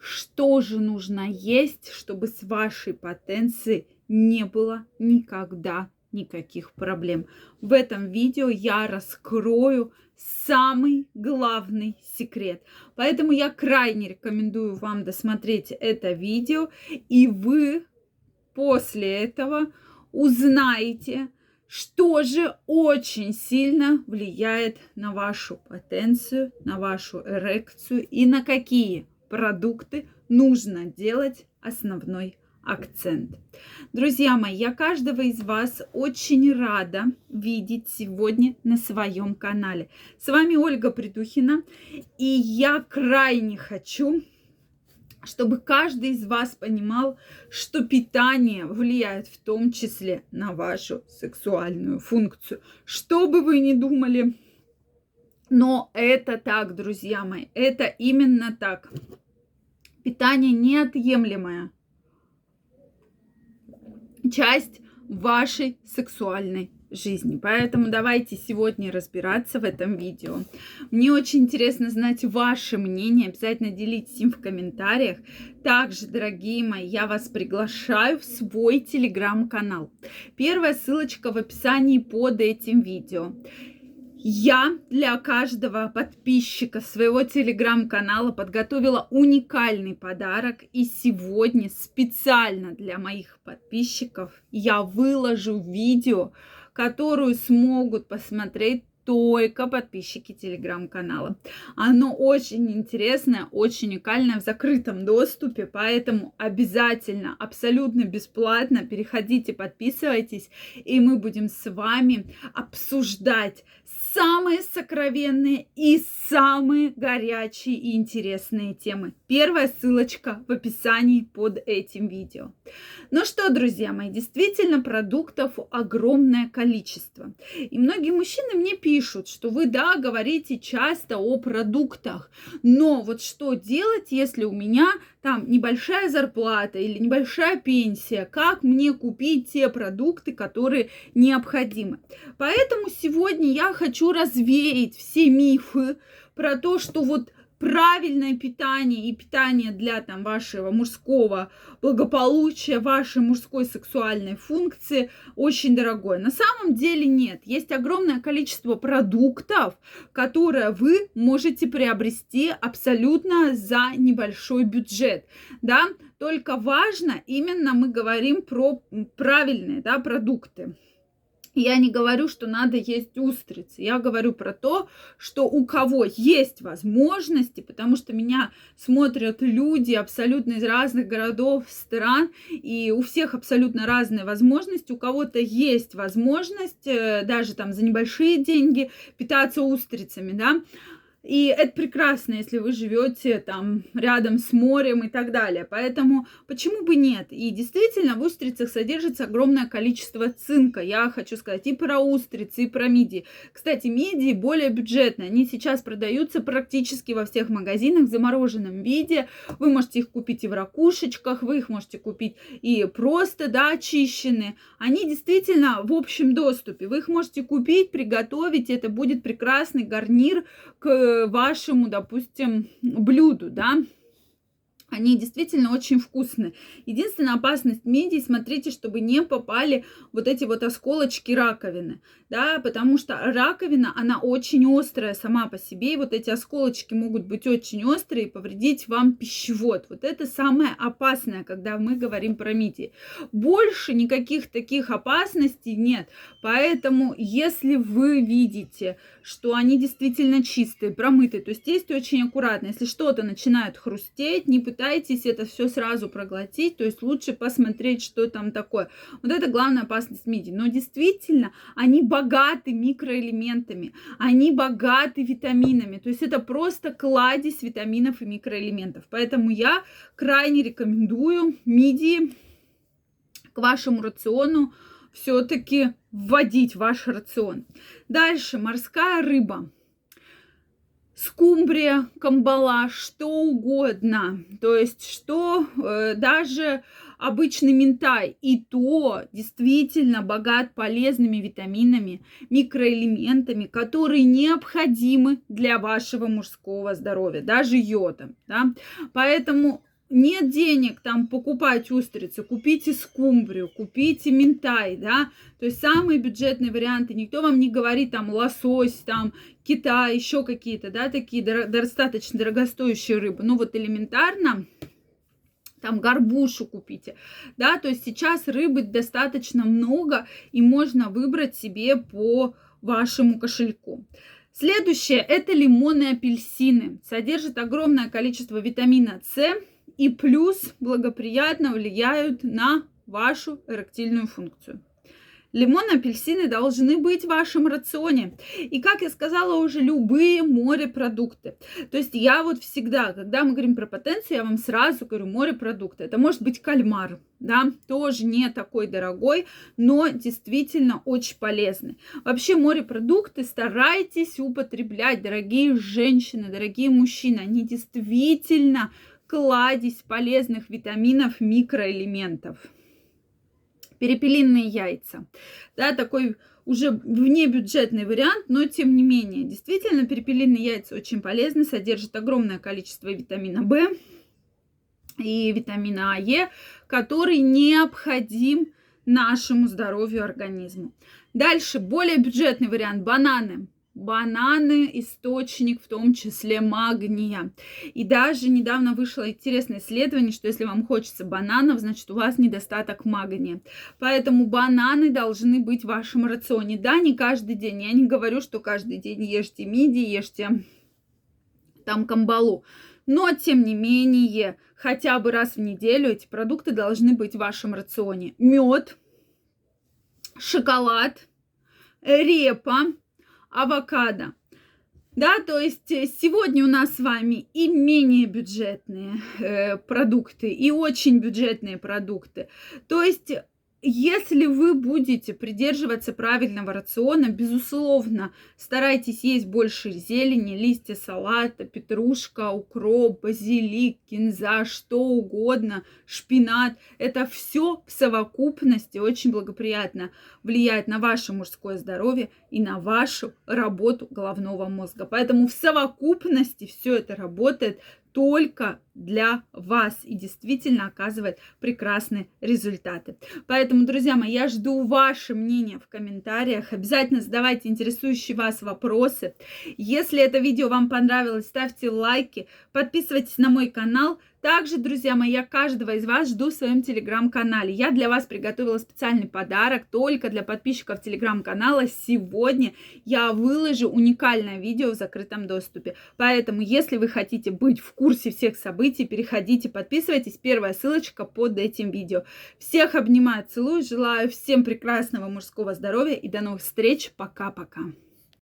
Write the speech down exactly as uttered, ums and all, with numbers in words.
что же нужно есть, чтобы с вашей потенцией не было никогда никаких проблем. В этом видео я раскрою самый главный секрет. Поэтому я крайне рекомендую вам досмотреть это видео, и вы после этого узнаете, что же очень сильно влияет на вашу потенцию, на вашу эрекцию и на какие продукты нужно делать основной акцент. Друзья мои, я каждого из вас очень рада видеть сегодня на своем канале. С вами Ольга Придухина, и я крайне хочу, чтобы каждый из вас понимал, что питание влияет в том числе на вашу сексуальную функцию. Что бы вы ни думали, но это так, друзья мои, это именно так. Питание неотъемлемая часть вашей сексуальной жизни. Поэтому давайте сегодня разбираться в этом видео. Мне очень интересно знать ваше мнение. Обязательно делитесь им в комментариях. Также, дорогие мои, я вас приглашаю в свой телеграм-канал. Первая ссылочка в описании под этим видео. Я для каждого подписчика своего телеграм-канала подготовила уникальный подарок. И сегодня специально для моих подписчиков я выложу видео, которую смогут посмотреть только подписчики телеграм-канала. Оно очень интересное, очень уникальное, в закрытом доступе, поэтому обязательно, абсолютно бесплатно переходите, подписывайтесь, и мы будем с вами обсуждать самые сокровенные и самые горячие и интересные темы. Первая ссылочка в описании под этим видео. Ну что, друзья мои, действительно продуктов огромное количество. И многие мужчины мне пишут, что вы, да, говорите часто о продуктах, но вот что делать, если у меня там небольшая зарплата или небольшая пенсия, как мне купить те продукты, которые необходимы. Поэтому сегодня я хочу развеять все мифы про то, что вот правильное питание и питание для там вашего мужского благополучия, вашей мужской сексуальной функции очень дорогое. На самом деле нет. Есть огромное количество продуктов, которые вы можете приобрести абсолютно за небольшой бюджет. Да? Только важно, именно мы говорим про правильные, да, продукты. Я не говорю, что надо есть устрицы. Я говорю про то, что у кого есть возможности, потому что меня смотрят люди абсолютно из разных городов, стран, и у всех абсолютно разные возможности. У кого-то есть возможность даже там за небольшие деньги питаться устрицами, да. И это прекрасно, если вы живете там рядом с морем и так далее. Поэтому почему бы нет? И действительно в устрицах содержится огромное количество цинка. Я хочу сказать и про устрицы, и про мидии. Кстати, мидии более бюджетные. Они сейчас продаются практически во всех магазинах в замороженном виде. Вы можете их купить и в ракушечках, вы их можете купить и просто, да, очищенные. Они действительно в общем доступе. Вы их можете купить, приготовить. Это будет прекрасный гарнир к вашему, допустим, блюду, да. Они действительно очень вкусные. Единственная опасность мидий, смотрите, чтобы не попали вот эти вот осколочки раковины, да, потому что раковина, она очень острая сама по себе, и вот эти осколочки могут быть очень острые и повредить вам пищевод. Вот это самое опасное, когда мы говорим про мидии. Больше никаких таких опасностей нет, поэтому если вы видите, что они действительно чистые, промытые, то есть есть очень аккуратно. Если что-то начинает хрустеть, не пытайтесь это все сразу проглотить, то есть лучше посмотреть, что там такое. Вот это главная опасность мидий. Но действительно, они богаты микроэлементами, они богаты витаминами, то есть это просто кладезь витаминов и микроэлементов. Поэтому я крайне рекомендую мидии к вашему рациону все-таки вводить в ваш рацион. Дальше морская рыба. Скумбрия, камбала, что угодно. То есть, что э, даже обычный минтай. И то действительно богат полезными витаминами, микроэлементами, которые необходимы для вашего мужского здоровья. Даже йодом. Да? Поэтому нет денег там покупать устрицы, купите скумбрию, купите минтай, да, то есть самые бюджетные варианты. Никто вам не говорит там лосось, там Китай, еще какие-то, да, такие дор- достаточно дорогостоящие рыбы. Ну вот элементарно там горбушу купите, да, то есть сейчас рыбы достаточно много и можно выбрать себе по вашему кошельку. Следующее – это лимоны и апельсины. Содержат огромное количество витамина С и плюс благоприятно влияют на вашу эректильную функцию. Лимоны, апельсины должны быть в вашем рационе. И, как я сказала, уже любые морепродукты. То есть я вот всегда, когда мы говорим про потенцию, я вам сразу говорю морепродукты. Это может быть кальмар, да, тоже не такой дорогой, но действительно очень полезный. Вообще морепродукты старайтесь употреблять, дорогие женщины, дорогие мужчины. Они действительно кладезь полезных витаминов, микроэлементов. Перепелиные яйца, да, такой уже внебюджетный вариант, но тем не менее, действительно, перепелиные яйца очень полезны, содержат огромное количество витамина В и витамина А, Е, который необходим нашему здоровью организму. Дальше, более бюджетный вариант – бананы. Бананы – источник в том числе магния. И даже недавно вышло интересное исследование, что если вам хочется бананов, значит у вас недостаток магния. Поэтому бананы должны быть в вашем рационе. Да, не каждый день. Я не говорю, что каждый день ешьте мидии, ешьте там камбалу. Но, тем не менее, хотя бы раз в неделю эти продукты должны быть в вашем рационе. Мед, шоколад, репа, авокадо. Да, то есть сегодня у нас с вами и менее бюджетные э, продукты, и очень бюджетные продукты. То есть, если вы будете придерживаться правильного рациона, безусловно, старайтесь есть больше зелени, листья салата, петрушка, укроп, базилик, кинза, что угодно, шпинат. Это все в совокупности очень благоприятно влияет на ваше мужское здоровье и на вашу работу головного мозга. Поэтому в совокупности все это работает только для вас и действительно оказывает прекрасные результаты. Поэтому, друзья мои, я жду ваше мнение в комментариях. Обязательно задавайте интересующие вас вопросы. Если это видео вам понравилось, ставьте лайки, подписывайтесь на мой канал. Также, друзья мои, я каждого из вас жду в своем телеграм-канале. Я для вас приготовила специальный подарок только для подписчиков телеграм-канала. Сегодня я выложу уникальное видео в закрытом доступе. Поэтому, если вы хотите быть в курсе всех событий, переходите, подписывайтесь. Первая ссылочка под этим видео. Всех обнимаю, целую, желаю всем прекрасного мужского здоровья и до новых встреч. Пока-пока.